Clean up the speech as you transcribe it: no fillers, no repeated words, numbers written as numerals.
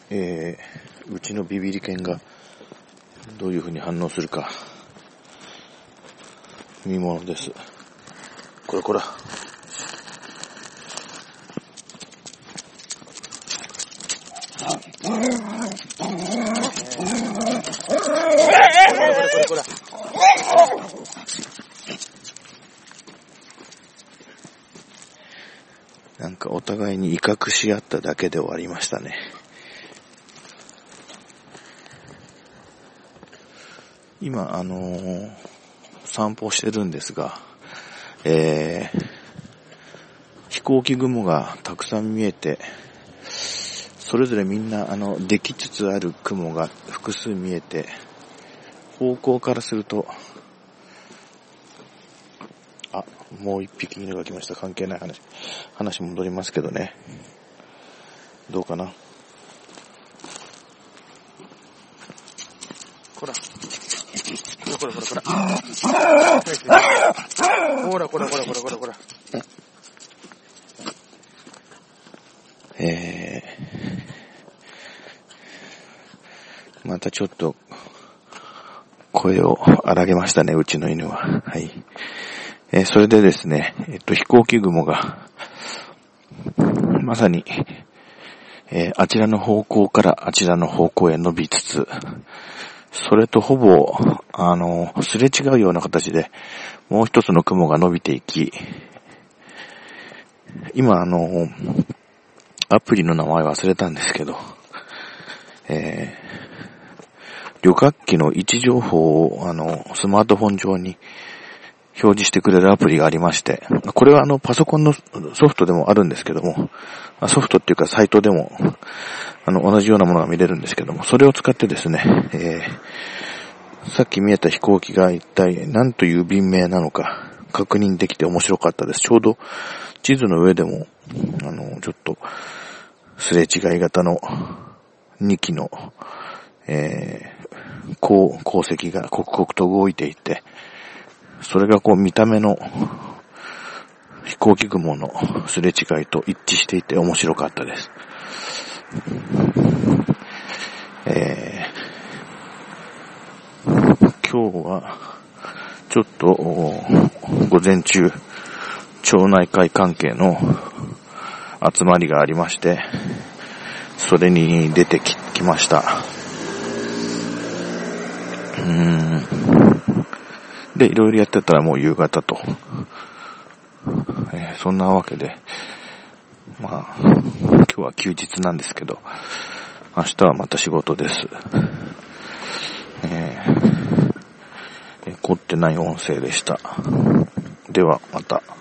うちのビビリ犬がどういう風に反応するか見ものです。こらなんかお互いに威嚇し合っただけで終わりましたね。今散歩してるんですが、飛行機雲がたくさん見えて、それぞれみんなできつつある雲が複数見えて、方向からすると、もう一匹犬が来ました。関係ない話戻りますけどね。どうかな。こら。またちょっと声を荒げましたね、うちの犬は。はい。それでですね、飛行機雲がまさに、あちらの方向からあちらの方向へ伸びつつ、それとほぼすれ違うような形でもう一つの雲が伸びていき、今アプリの名前忘れたんですけど、旅客機の位置情報をスマートフォン上に表示してくれるアプリがありまして、これはパソコンのソフトでもあるんですけども、ソフトっていうかサイトでも同じようなものが見れるんですけども、それを使ってですね、さっき見えた飛行機が一体何という便名なのか確認できて面白かったです。ちょうど地図の上でもちょっとすれ違い型の2機の、航跡が刻々と動いていて、それが見た目の飛行機雲のすれ違いと一致していて面白かったです。今日はちょっと午前中町内会関係の集まりがありまして、それに出てきました。で、いろいろやってたらもう夕方と。そんなわけで、今日は休日なんですけど、明日はまた仕事です。凝ってない音声でした。ではまた。